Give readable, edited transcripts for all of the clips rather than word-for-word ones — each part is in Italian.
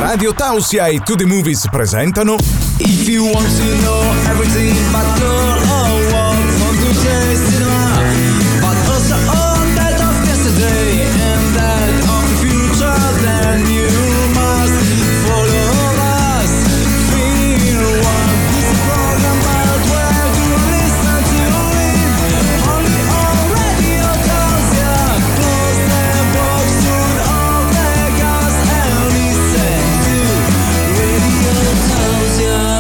Radio Tausia e To The Movies presentano If you want to know everything about girl or what from today's cinema, but also all that of yesterday and that of the future, then you must follow us. Feel one. This is a program about where to listen to it. Only on Radio Tausia. Close the box, turn off the gas and listen to Radio Tausia.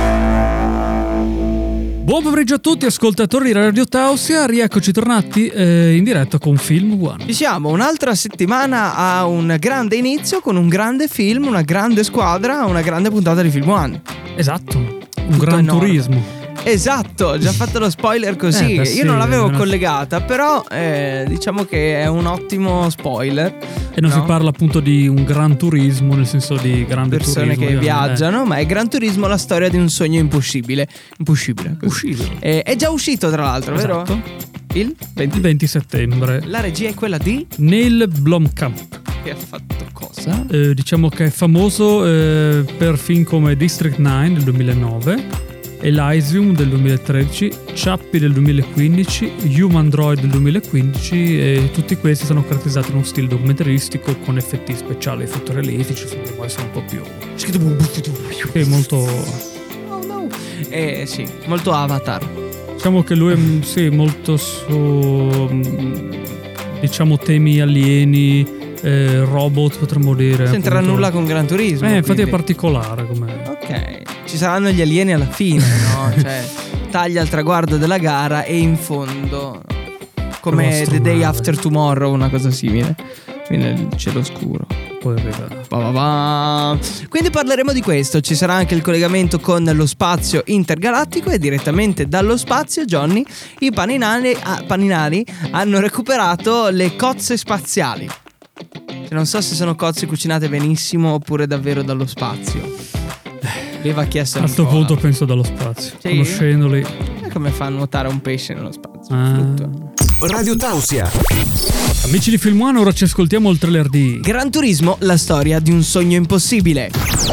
Buon pomeriggio a tutti ascoltatori di Radio Tausia, rieccoci tornati in diretta con Film One. Ci siamo, un'altra settimana a un grande inizio con un grande film, una grande squadra, una grande puntata di Film One. Esatto, un Tutto gran in ordine. turismo. Esatto, ho già fatto lo spoiler così. Beh, sì, io non l'avevo non è- collegata, però diciamo che è un ottimo spoiler. E non no? si parla appunto di un gran turismo, nel senso di grande Persone turismo. che viaggiano, ma è Gran Turismo, la storia di un sogno impossibile. Impossibile. Uscito. È già uscito tra l'altro, Esatto. vero? Il 20. Il 20 settembre. La regia è quella di... Neil Blomkamp. Che ha fatto cosa? Diciamo che è famoso per film come District 9 del 2009, Elysium del 2013, Chappie del 2015, Human Droid del 2015, e tutti questi sono caratterizzati in uno stile documentaristico con effetti speciali e fotorealistici, devono essere un po' più molto, Oh no. Sì, molto Avatar. diciamo che lui è sì, molto su diciamo temi alieni, robot potremmo dire. C'entra appunto. nulla con Gran Turismo. Infatti è quindi. particolare come. Ok, ci saranno gli alieni alla fine, no? Cioè, taglia al traguardo della gara e in fondo, come Nostro The Day mare. After Tomorrow, una cosa simile. Viene il cielo scuro. Poi arriva. Quindi parleremo di questo. Ci sarà anche il collegamento con lo spazio intergalattico e direttamente dallo spazio, Johnny, i paninari hanno recuperato le cozze spaziali. Non so se sono cozze cucinate benissimo oppure davvero dallo spazio. Lì va chiesto A questo punto penso dallo spazio. Sì? Conoscendoli. È come fa a nuotare un pesce nello spazio. Ah. Fluttua. Radio Tausia. Amici di Film One, ora ci ascoltiamo il trailer di Gran Turismo, la storia di un sogno impossibile.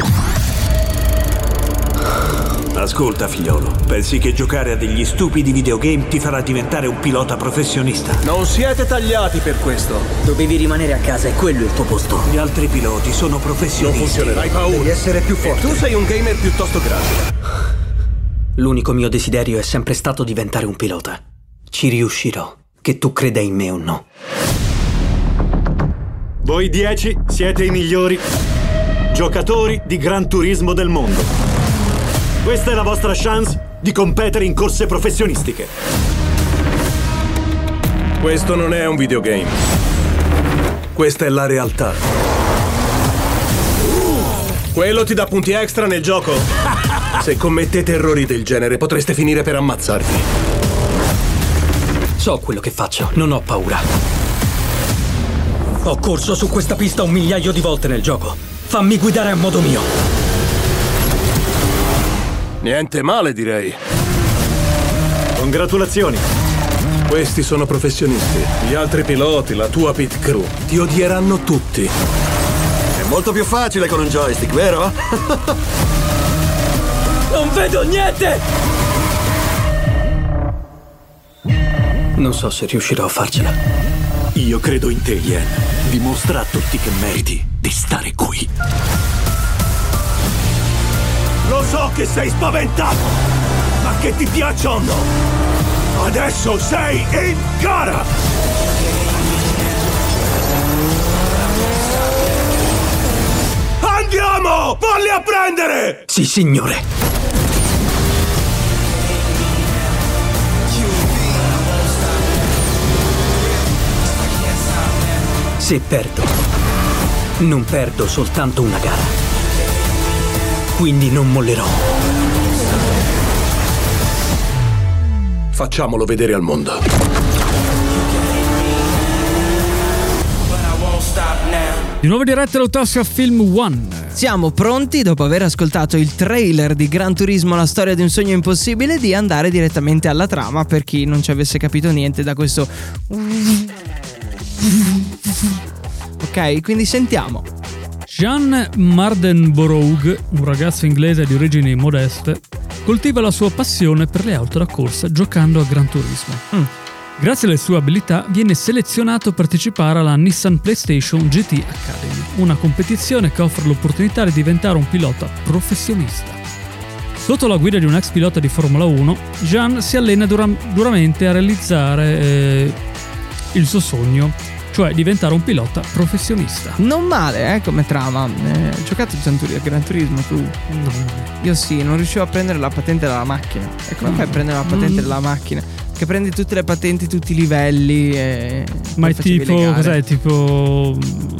Ascolta, figliolo, pensi che giocare a degli stupidi videogame ti farà diventare un pilota professionista? Non siete tagliati per questo. Dovevi rimanere a casa e quello è il tuo posto. Gli altri piloti sono professionisti. Hai paura. Devi essere più forte. Tu sei un gamer piuttosto grande. L'unico mio desiderio è sempre stato diventare un pilota. Ci riuscirò, che tu creda in me o no. Voi 10 siete i migliori giocatori di Gran Turismo del mondo. Questa è la vostra chance di competere in corse professionistiche. Questo non è un videogame. Questa è la realtà. Quello ti dà punti extra nel gioco? Se commettete errori del genere potreste finire per ammazzarvi. So quello che faccio, non ho paura. Ho corso su questa pista 1 migliaio di volte nel gioco. Fammi guidare a modo mio. Niente male, direi. Congratulazioni. Questi sono professionisti. Gli altri piloti, la tua pit crew, ti odieranno tutti. È molto più facile con un joystick, vero? Non vedo niente! Non so se riuscirò a farcela. Io credo in te, Yen. Dimostra a tutti che meriti di stare qui. Lo so che sei spaventato, ma che ti piaccia o no, adesso sei in gara! Andiamo! Valli a prendere! Sì, signore. Se perdo, non perdo soltanto una gara. Quindi non mollerò. Facciamolo vedere al mondo. Di nuovo dirette all'Autosia Film One. Siamo pronti, dopo aver ascoltato il trailer di Gran Turismo, la storia di un sogno impossibile, di andare direttamente alla trama, per chi non ci avesse capito niente da questo. Ok, quindi sentiamo. Jean Mardenborough, un ragazzo inglese di origini modeste, coltiva la sua passione per le auto da corsa giocando a Gran Turismo. Grazie alle sue abilità viene selezionato a partecipare alla Nissan PlayStation GT Academy, una competizione che offre l'opportunità di diventare un pilota professionista. Sotto la guida di un ex pilota di Formula 1, Jean si allena duramente a realizzare il suo sogno, cioè diventare un pilota professionista. Non male, come trama. Hai giocato a Gran Turismo tu? No. Io sì, non riuscivo a prendere la patente della macchina. E come fai a prendere la patente della macchina? Che prendi tutte le patenti, tutti i livelli e ma è tipo, legare. cos'è? Tipo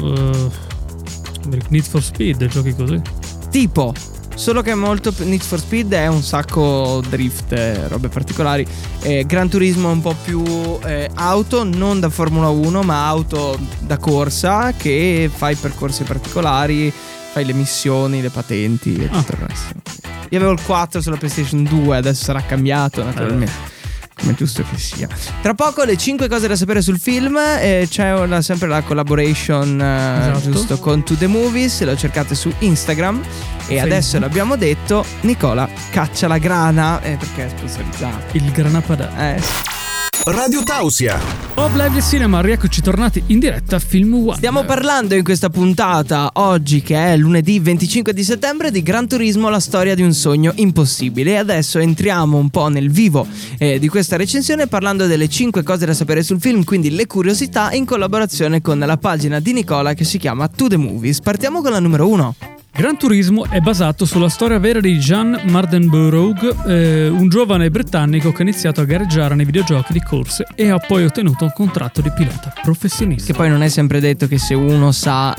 Need for Speed, giochi così? Tipo, solo che è molto Need for Speed è un sacco drift, robe particolari. Gran Turismo è un po' più auto, non da Formula 1, ma auto da corsa, che fai percorsi particolari, fai le missioni, le patenti e tutto il resto. Io avevo il 4 sulla PlayStation 2, adesso sarà cambiato naturalmente. Come giusto che sia. Tra poco le 5 cose da sapere sul film. C'è sempre la collaboration giusto con To The Movies. Lo cercate su Instagram. E adesso l'abbiamo detto, Nicola caccia la grana perché è sponsorizzato. Il granapadà. Radio Tausia. Pop Live del Cinema, rieccoci tornati in diretta a Film One. Stiamo parlando in questa puntata, oggi che è lunedì 25 di settembre, di Gran Turismo, la storia di un sogno impossibile. E adesso entriamo un po' nel vivo di questa recensione parlando delle 5 cose da sapere sul film, quindi le curiosità, in collaborazione con la pagina di Nicola che si chiama To The Movies. Partiamo con la numero 1. Gran Turismo è basato sulla storia vera di Jean Mardenborough, un giovane britannico che ha iniziato a gareggiare nei videogiochi di corse e ha poi ottenuto un contratto di pilota professionista. Che poi non è sempre detto che se uno sa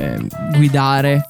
guidare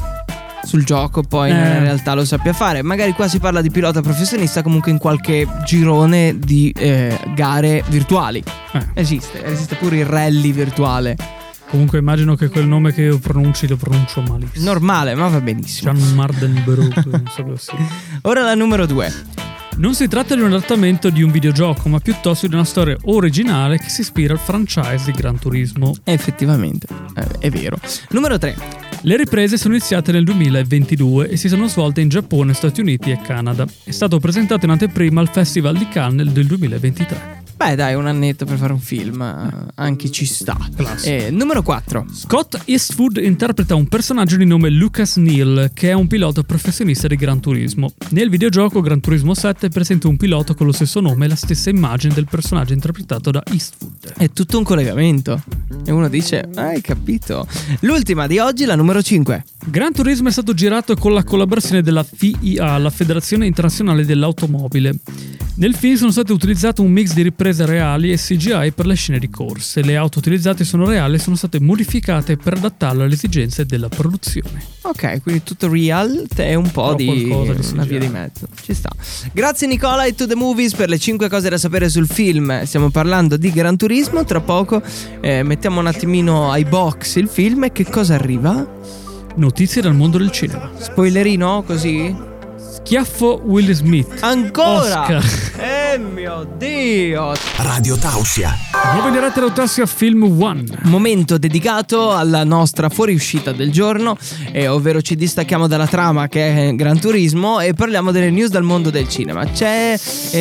sul gioco poi in realtà lo sappia fare. Magari qua si parla di pilota professionista comunque in qualche girone di gare virtuali. Esiste pure il rally virtuale. Comunque immagino che quel nome che io pronunci lo pronuncio malissimo. Normale, ma va benissimo. Jean Mardenborough, non so cosa sia. Ora la numero 2. Non si tratta di un adattamento di un videogioco, ma piuttosto di una storia originale che si ispira al franchise di Gran Turismo. Effettivamente, è vero. Numero 3. Le riprese sono iniziate nel 2022 e si sono svolte in Giappone, Stati Uniti e Canada. È stato presentato in anteprima al Festival di Cannes del 2023. Beh dai, un annetto per fare un film, anche ci sta. Numero 4. Scott Eastwood interpreta un personaggio di nome Lucas Neal, che è un pilota professionista di Gran Turismo. Nel videogioco Gran Turismo 7 è presente un pilota con lo stesso nome e la stessa immagine del personaggio interpretato da Eastwood. È tutto un collegamento. E uno dice, hai capito. L'ultima di oggi, la numero 5. Gran Turismo è stato girato con la collaborazione della FIA, la Federazione Internazionale dell'Automobile. Nel film sono state utilizzate un mix di riprese reali e CGI per le scene di corse. Le auto utilizzate sono reali e sono state modificate per adattarle alle esigenze della produzione. Ok, quindi tutto real è un po' di una via di mezzo. Ci sta. Grazie Nicola e To The Movies per le 5 cose da sapere sul film. Stiamo parlando di Gran Turismo. Tra poco mettiamo un attimino ai box il film. E che cosa arriva? Notizie dal mondo del cinema. Spoilerino così? Schiaffo Will Smith. Ancora? Oscar. Mio Dio. Radio Tausia. Nuova in diretta da Tausia Film One. Momento dedicato alla nostra fuoriuscita del giorno, ovvero ci distacchiamo dalla trama che è Gran Turismo e parliamo delle news dal mondo del cinema. C'è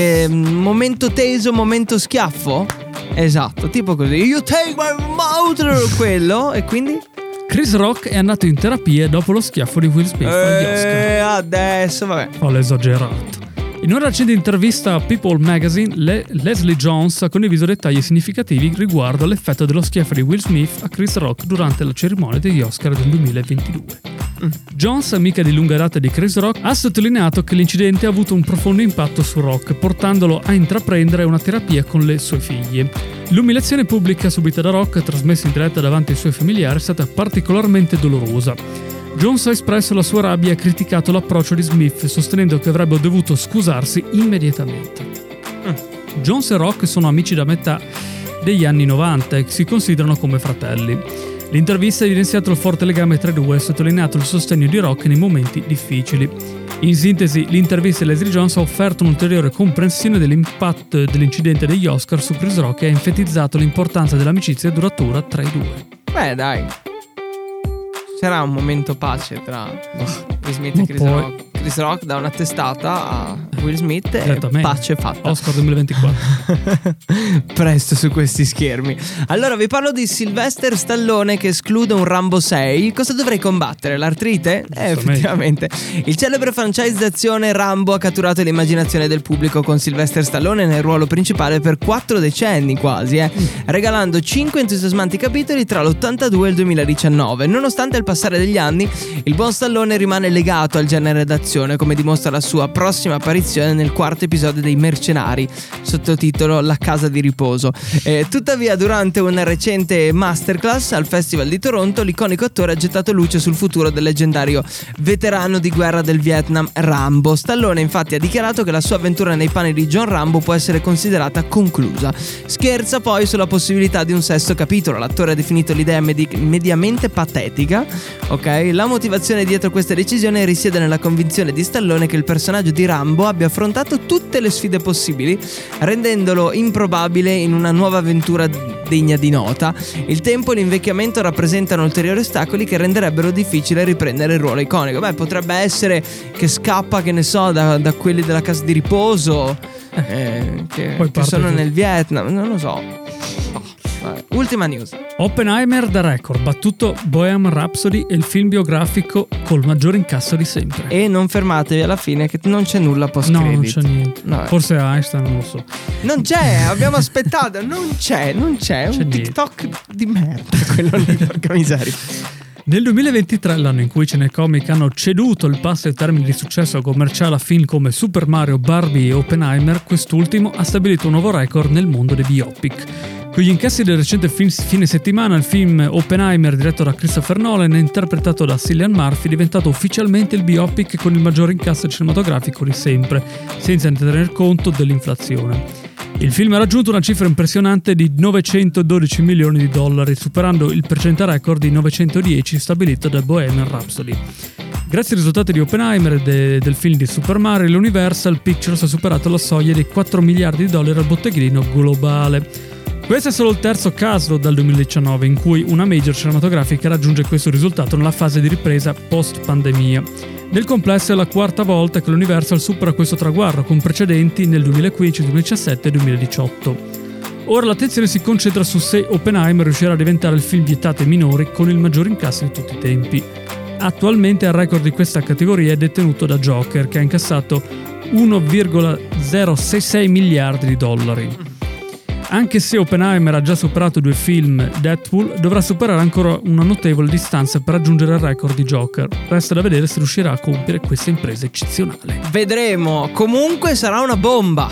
momento teso, momento schiaffo? Esatto, tipo così. You take my mouth, quello. E quindi? Chris Rock è andato in terapia dopo lo schiaffo di Will Smith agli Oscar. Adesso, vabbè. Ho esagerato. In una recente intervista a People Magazine, Leslie Jones ha condiviso dettagli significativi riguardo all'effetto dello schiaffo di Will Smith a Chris Rock durante la cerimonia degli Oscar del 2022. Jones, amica di lunga data di Chris Rock, ha sottolineato che l'incidente ha avuto un profondo impatto su Rock, portandolo a intraprendere una terapia con le sue figlie. L'umiliazione pubblica subita da Rock, trasmessa in diretta davanti ai suoi familiari, è stata particolarmente dolorosa. Jones ha espresso la sua rabbia e ha criticato l'approccio di Smith, sostenendo che avrebbe dovuto scusarsi immediatamente. Jones e Rock sono amici da metà degli anni 90 e si considerano come fratelli. L'intervista ha evidenziato il forte legame tra i due e ha sottolineato il sostegno di Rock nei momenti difficili. In sintesi, l'intervista di Leslie Jones ha offerto un'ulteriore comprensione dell'impatto dell'incidente degli Oscar su Chris Rock e ha enfatizzato l'importanza dell'amicizia duratura tra i due. Beh, dai. sarà un momento pace tra Will Smith e Chris Rock. Chris Rock dà una testata a Will Smith e pace fatta. Oscar 2024. Presto su questi schermi. Allora vi parlo di Sylvester Stallone che esclude un Rambo 6. Cosa dovrei combattere? L'artrite? Effettivamente. Il celebre franchise d'azione Rambo ha catturato l'immaginazione del pubblico con Sylvester Stallone nel ruolo principale per 4 decenni quasi, regalando 5 entusiasmanti capitoli tra l'82 e il 2019. Nonostante il passare degli anni, il buon Stallone rimane legato al genere d'azione, come dimostra la sua prossima apparizione nel 4º episodio dei Mercenari, sottotitolo La casa di riposo. Tuttavia, durante una recente masterclass al Festival di Toronto, l'iconico attore ha gettato luce sul futuro del leggendario veterano di guerra del Vietnam Rambo. Stallone infatti ha dichiarato che la sua avventura nei panni di John Rambo può essere considerata conclusa. Scherza poi sulla possibilità di un 6º capitolo. L'attore ha definito l'idea mediamente patetica. Ok, la motivazione dietro questa decisione risiede nella convinzione di Stallone che il personaggio di Rambo abbia affrontato tutte le sfide possibili, rendendolo improbabile in una nuova avventura degna di nota. Il tempo e l'invecchiamento rappresentano ulteriori ostacoli che renderebbero difficile riprendere il ruolo iconico. Potrebbe essere che scappa, che ne so, da quelli della casa di riposo che sono nel Vietnam, non lo so. Ultima news. Oppenheimer da record, battuto Bohemian Rhapsody e il film biografico col maggior incasso di sempre. E non fermatevi alla fine che non c'è nulla post No, credit. non c'è niente. No. Forse Einstein, non lo so. Non c'è, abbiamo aspettato, non c'è un niente. TikTok di merda quello lì, porca miseria. Nel 2023, l'anno in cui i cinecomic hanno ceduto il passo ai termini di successo commerciale a film come Super Mario, Barbie e Oppenheimer, quest'ultimo ha stabilito un nuovo record nel mondo dei biopic. Con gli incassi del recente fine settimana, il film Oppenheimer, diretto da Christopher Nolan e interpretato da Cillian Murphy, è diventato ufficialmente il biopic con il maggior incasso cinematografico di sempre, senza tener conto dell'inflazione. Il film ha raggiunto una cifra impressionante di 912 milioni di dollari, superando il precedente record di 910 stabilito da Bohemian Rhapsody. Grazie ai risultati di Oppenheimer e del film di Super Mario, l'Universal Pictures ha superato la soglia dei 4 miliardi di dollari al botteghino globale. Questo è solo il terzo caso dal 2019 in cui una major cinematografica raggiunge questo risultato nella fase di ripresa post-pandemia. Nel complesso è la quarta volta che l'Universal supera questo traguardo, con precedenti nel 2015, 2017 e 2018. Ora l'attenzione si concentra su se Oppenheimer riuscirà a diventare il film vietato ai minori con il maggior incasso di tutti i tempi. Attualmente il record di questa categoria è detenuto da Joker, che ha incassato 1,066 miliardi di dollari. Anche se Oppenheimer ha già superato 2 film, Deadpool dovrà superare ancora una notevole distanza per raggiungere il record di Joker. Resta da vedere se riuscirà a compiere questa impresa eccezionale. Vedremo, comunque sarà una bomba.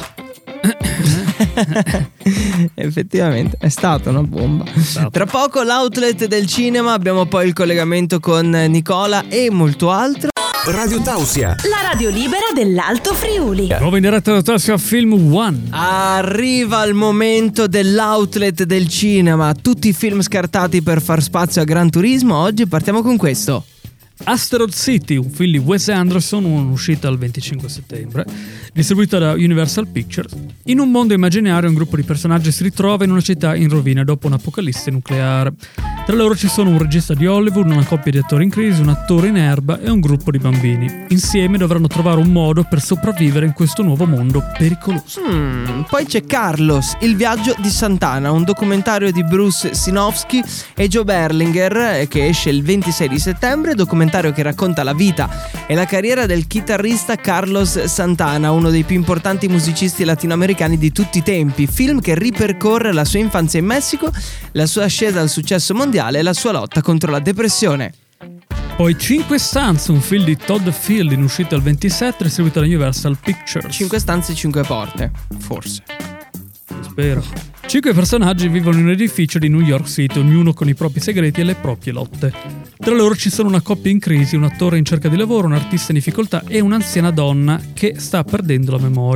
Effettivamente è stata una bomba. Tra poco l'outlet del cinema, abbiamo poi il collegamento con Nicola e molto altro. Radio Tausia, la radio libera dell'Alto Friuli. Nuovo in diretta da Tausia Film One. Arriva il momento dell'outlet del cinema. Tutti i film scartati per far spazio a Gran Turismo. Oggi partiamo con questo. Asteroid City, un film di Wes Anderson, uscita il 25 settembre, distribuito da Universal Pictures. In un mondo immaginario un gruppo di personaggi si ritrova in una città in rovina dopo un'apocalisse nucleare. Tra loro ci sono un regista di Hollywood, una coppia di attori in crisi, un attore in erba e un gruppo di bambini. Insieme dovranno trovare un modo per sopravvivere in questo nuovo mondo pericoloso. Poi c'è Carlos, il viaggio di Santana, un documentario di Bruce Sinofsky e Joe Berlinger che esce il 26 di settembre, documentario che racconta la vita e la carriera del chitarrista Carlos Santana, uno dei più importanti musicisti latinoamericani di tutti i tempi. Film che ripercorre la sua infanzia in Messico, la sua ascesa al successo mondiale e la sua lotta contro la depressione. Poi 5 stanze, un film di Todd Field in uscita il 27, distribuito da Universal Pictures. 5 stanze, 5 porte, forse. Spero. 5 personaggi vivono in un edificio di New York City, ognuno con i propri segreti e le proprie lotte. Tra loro ci sono una coppia in crisi, un attore in cerca di lavoro, un artista in difficoltà e un'anziana donna che sta perdendo la memoria.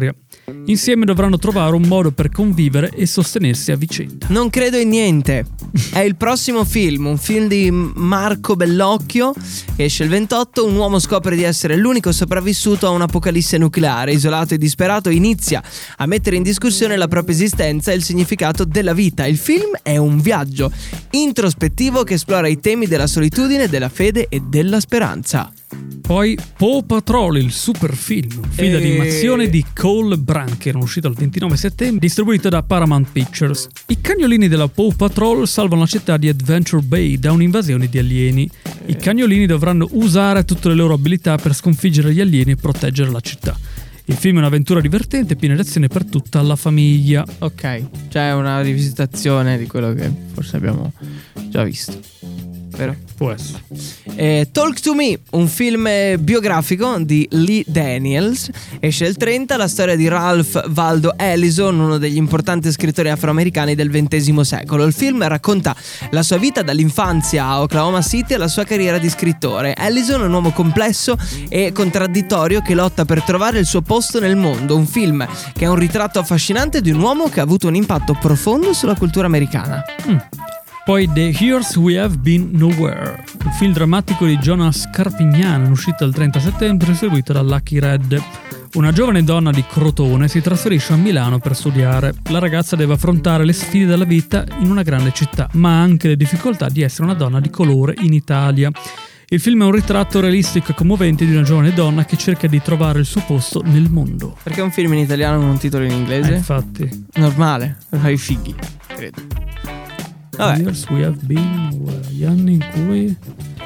Insieme dovranno trovare un modo per convivere e sostenersi a vicenda. Non credo in niente. È il prossimo film, un film di Marco Bellocchio, esce il 28. Un uomo scopre di essere l'unico sopravvissuto a un'apocalisse nucleare. Isolato e disperato, inizia a mettere in discussione la propria esistenza e il significato della vita. Il film è un viaggio introspettivo che esplora i temi della solitudine, della fede e della speranza. Poi Paw Patrol, il super film, un film d'animazione di Cole Branker, uscito il 29 settembre, distribuito da Paramount Pictures. I cagnolini della Paw Patrol salvano la città di Adventure Bay da un'invasione di alieni. I cagnolini dovranno usare tutte le loro abilità per sconfiggere gli alieni e proteggere la città. Il film è un'avventura divertente, piena di azione per tutta la famiglia. Ok, c'è una rivisitazione di quello che forse abbiamo già visto, vero? Può essere. Talk to Me, un film biografico di Lee Daniels, esce il 30, la storia di Ralph Waldo Ellison, uno degli importanti scrittori afroamericani del XX secolo. Il film racconta la sua vita dall'infanzia a Oklahoma City alla sua carriera di scrittore. Ellison è un uomo complesso e contraddittorio che lotta per trovare il suo posto nel mondo. Un film che è un ritratto affascinante di un uomo che ha avuto un impatto profondo sulla cultura americana. Poi The Years We Have Been Nowhere, un film drammatico di Jonas Carpignano, uscito il 30 settembre, distribuito da Lucky Red. Una giovane donna di Crotone si trasferisce a Milano per studiare. La ragazza deve affrontare le sfide della vita in una grande città, ma anche le difficoltà di essere una donna di colore in Italia. Il film è un ritratto realistico e commovente di una giovane donna che cerca di trovare il suo posto nel mondo. Perché un film in italiano con un titolo in inglese? Infatti. Normale, ai fighi, credo. Vabbè. Years we have been, gli anni in cui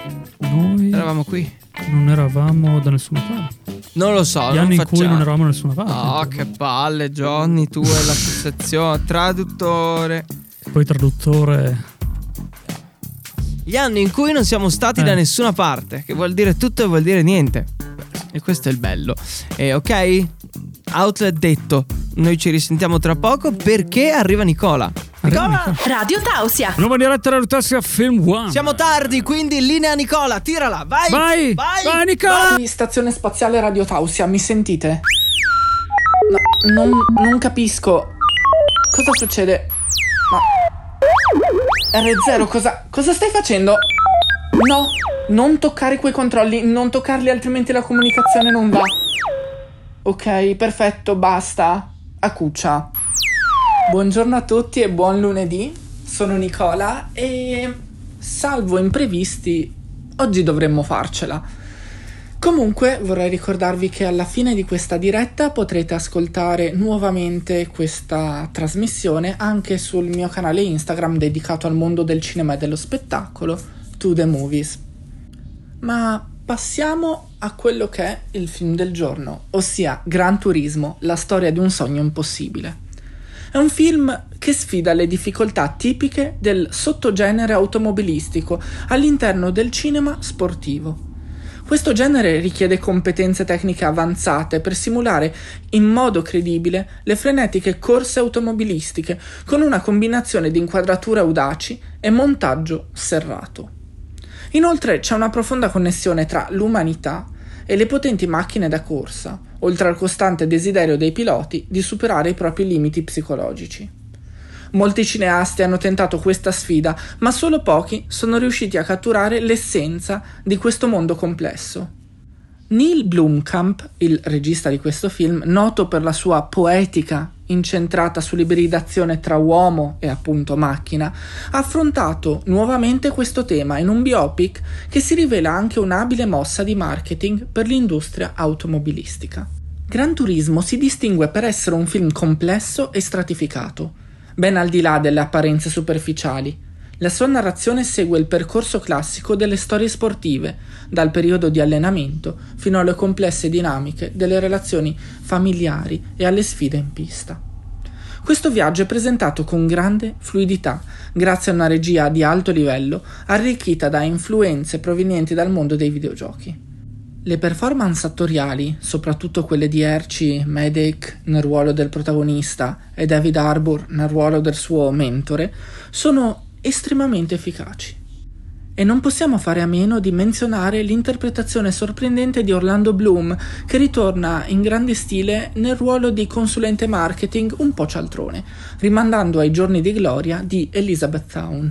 noi eravamo qui. Non eravamo da nessuna parte. Non lo so. Gli anni in cui non eravamo da nessuna parte. Oh, che palle, Johnny, tu e la fissazione. Traduttore. Poi traduttore. Gli anni in cui non siamo stati da nessuna parte, che vuol dire tutto e vuol dire niente. E questo è il bello. Ok? Outlet detto. Noi ci risentiamo tra poco perché arriva Nicola. Nicola! Radio Tausia. Nuova diretta Radio Tausia Film One. Siamo tardi, quindi linea Nicola, tirala, vai! Vai Nicola! Stazione spaziale Radio Tausia, mi sentite? No, non capisco. Cosa succede? Ma R0, cosa stai facendo? No, non toccare quei controlli, non toccarli, altrimenti la comunicazione non va. Ok, perfetto, basta. A cuccia. Buongiorno a tutti e buon lunedì. Sono Nicola e salvo imprevisti, oggi dovremmo farcela. Comunque vorrei ricordarvi che alla fine di questa diretta potrete ascoltare nuovamente questa trasmissione anche sul mio canale Instagram dedicato al mondo del cinema e dello spettacolo, To The Movies. Ma passiamo a quello che è il film del giorno, ossia Gran Turismo, la storia di un sogno impossibile. È un film che sfida le difficoltà tipiche del sottogenere automobilistico all'interno del cinema sportivo. Questo genere richiede competenze tecniche avanzate per simulare in modo credibile le frenetiche corse automobilistiche con una combinazione di inquadrature audaci e montaggio serrato. Inoltre c'è una profonda connessione tra l'umanità e le potenti macchine da corsa, oltre al costante desiderio dei piloti di superare i propri limiti psicologici. Molti cineasti hanno tentato questa sfida, ma solo pochi sono riusciti a catturare l'essenza di questo mondo complesso. Neil Blomkamp, il regista di questo film, noto per la sua poetica incentrata sull'ibridazione tra uomo e appunto macchina, ha affrontato nuovamente questo tema in un biopic che si rivela anche un'abile mossa di marketing per l'industria automobilistica. Gran Turismo si distingue per essere un film complesso e stratificato, ben al di là delle apparenze superficiali. La sua narrazione segue il percorso classico delle storie sportive, dal periodo di allenamento fino alle complesse dinamiche delle relazioni familiari e alle sfide in pista. Questo viaggio è presentato con grande fluidità, grazie a una regia di alto livello, arricchita da influenze provenienti dal mondo dei videogiochi. Le performance attoriali, soprattutto quelle di Archie Madek nel ruolo del protagonista e David Harbour nel ruolo del suo mentore, sono estremamente efficaci. E non possiamo fare a meno di menzionare l'interpretazione sorprendente di Orlando Bloom, che ritorna in grande stile nel ruolo di consulente marketing un po' cialtrone, rimandando ai giorni di gloria di Elizabeth Town.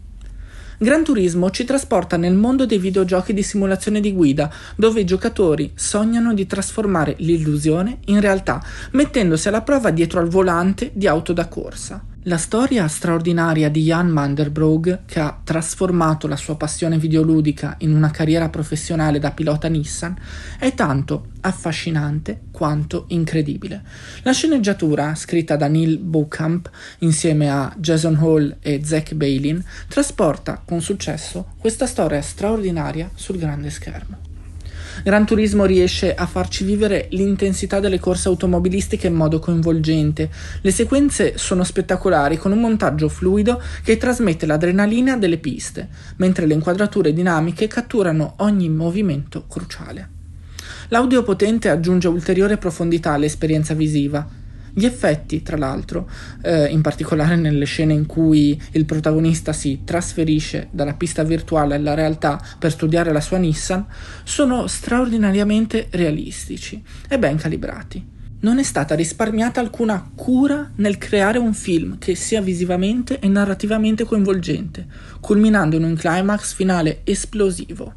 Gran Turismo ci trasporta nel mondo dei videogiochi di simulazione di guida, dove i giocatori sognano di trasformare l'illusione in realtà, mettendosi alla prova dietro al volante di auto da corsa. La storia straordinaria di Jan Manderbroek, che ha trasformato la sua passione videoludica in una carriera professionale da pilota Nissan, è tanto affascinante quanto incredibile. La sceneggiatura, scritta da Neil Blomkamp insieme a Jason Hall e Zach Bailin, trasporta con successo questa storia straordinaria sul grande schermo. Gran Turismo riesce a farci vivere l'intensità delle corse automobilistiche in modo coinvolgente. Le sequenze sono spettacolari, con un montaggio fluido che trasmette l'adrenalina delle piste, mentre le inquadrature dinamiche catturano ogni movimento cruciale. L'audio potente aggiunge ulteriore profondità all'esperienza visiva. Gli effetti, tra l'altro, in particolare nelle scene in cui il protagonista si trasferisce dalla pista virtuale alla realtà per studiare la sua Nissan, sono straordinariamente realistici e ben calibrati. Non è stata risparmiata alcuna cura nel creare un film che sia visivamente e narrativamente coinvolgente, culminando in un climax finale esplosivo.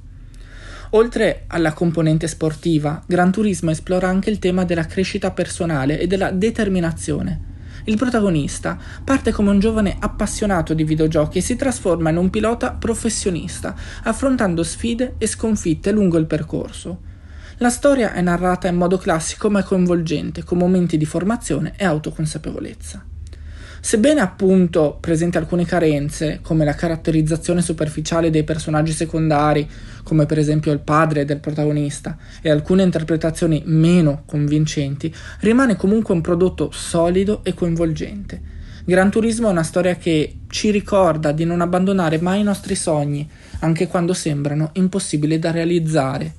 Oltre alla componente sportiva, Gran Turismo esplora anche il tema della crescita personale e della determinazione. Il protagonista parte come un giovane appassionato di videogiochi e si trasforma in un pilota professionista, affrontando sfide e sconfitte lungo il percorso. La storia è narrata in modo classico ma coinvolgente, con momenti di formazione e autoconsapevolezza. Sebbene appunto presenti alcune carenze, come la caratterizzazione superficiale dei personaggi secondari, come per esempio il padre del protagonista, e alcune interpretazioni meno convincenti, rimane comunque un prodotto solido e coinvolgente. Gran Turismo è una storia che ci ricorda di non abbandonare mai i nostri sogni, anche quando sembrano impossibili da realizzare.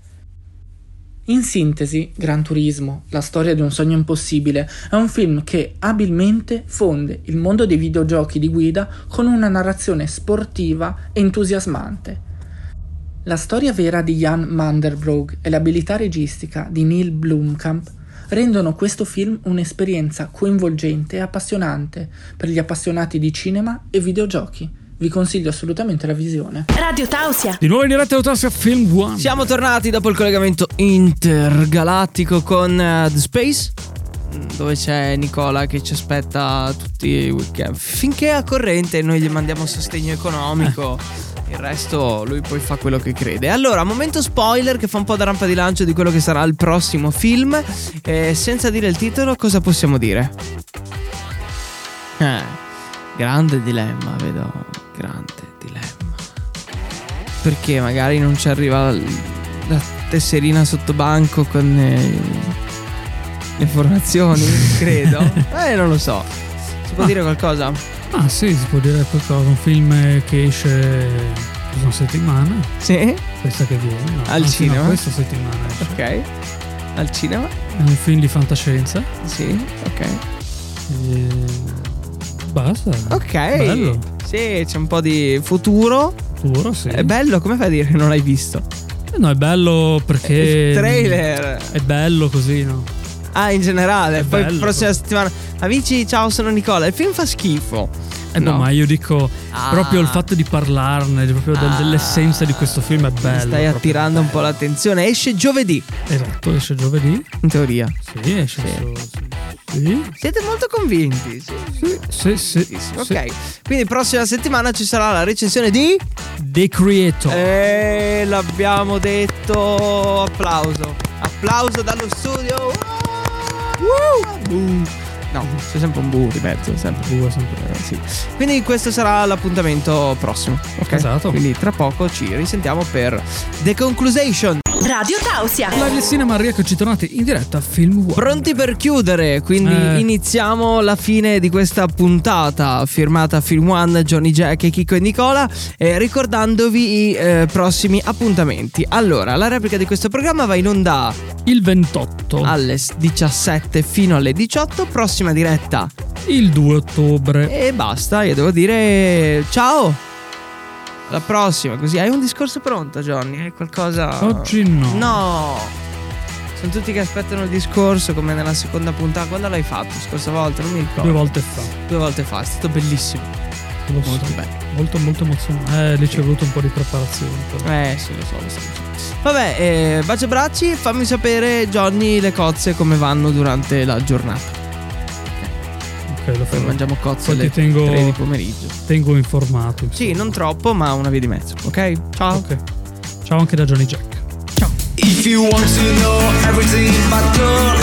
In sintesi, Gran Turismo, la storia di un sogno impossibile, è un film che abilmente fonde il mondo dei videogiochi di guida con una narrazione sportiva e entusiasmante. La storia vera di Jan Manderbroek e l'abilità registica di Neil Blomkamp rendono questo film un'esperienza coinvolgente e appassionante per gli appassionati di cinema e videogiochi. Vi consiglio assolutamente la visione. Radio Tausia. Di nuovo in diretta da Tausia Film One. Siamo tornati dopo il collegamento intergalattico con The Space, dove c'è Nicola che ci aspetta tutti i weekend. Finché è a corrente noi gli mandiamo sostegno economico. Il resto lui poi fa quello che crede. Allora, momento spoiler che fa un po' da rampa di lancio di quello che sarà il prossimo film. Senza dire il titolo, cosa possiamo dire? Grande dilemma, vedo. Grande dilemma. Perché magari non ci arriva la tesserina sotto banco con le informazioni, credo. Non lo so. Si può dire qualcosa? Ah sì, si può dire qualcosa. Un film che esce una settimana. Sì. Questa che viene, no? Al cinema. No, questa settimana esce. Ok. Al cinema. È un film di fantascienza. Sì, ok. Basta. Ok. Bello. Sì, c'è un po' di futuro. Futuro, sì. È bello, come fai a dire che non l'hai visto? No, è bello perché il trailer è bello così, no? Ah, in generale. È poi bello. prossima settimana. Amici, ciao, sono Nicola. Il film fa schifo. No, ma io dico proprio il fatto di parlarne, proprio dell'essenza di questo film è bello. Stai attirando un po' l'attenzione. Esce giovedì. Esatto, esce giovedì. In teoria. Sì, esce sì. Siete molto convinti? Sì. Ok. Quindi prossima settimana ci sarà la recensione di The Creator. L'abbiamo detto. Applauso dallo studio. No, c'è sempre un bu di mezzo, sempre. Sì. Quindi questo sarà l'appuntamento prossimo. Ok. Esatto. Quindi tra poco ci risentiamo per The Conclusion. Radio Tausia. Live del cinema rieccoci tornati in diretta a Film One. Pronti per chiudere, quindi iniziamo la fine di questa puntata firmata Film One, Johnny Jack e Chico e Nicola, ricordandovi i prossimi appuntamenti. Allora, la replica di questo programma va in onda il 28 alle 17 fino alle 18, prossima diretta il 2 ottobre. E basta, io devo dire ciao. Alla prossima, così. Hai un discorso pronto, Johnny? Hai qualcosa? Oggi no. No. Sono tutti che aspettano il discorso come nella seconda puntata. Quando l'hai fatto? Scorsa volta? Non mi ricordo. 2 volte fa. 2 volte fa, è stato bellissimo. Molto bello. Molto emozionante. Lì ci è voluto un po' di preparazione. Però. Sì, lo so. Vabbè, bacio abbracci. Fammi sapere, Johnny, le cozze come vanno durante la giornata. Ok, lo farò. Mangiamo cozze Poi alle ti 3 di pomeriggio. Tengo informato. Insomma. Sì, non troppo, ma una via di mezzo. Ok? Ciao. Ok. Ciao anche da Johnny Jack. If you want to know everything about girl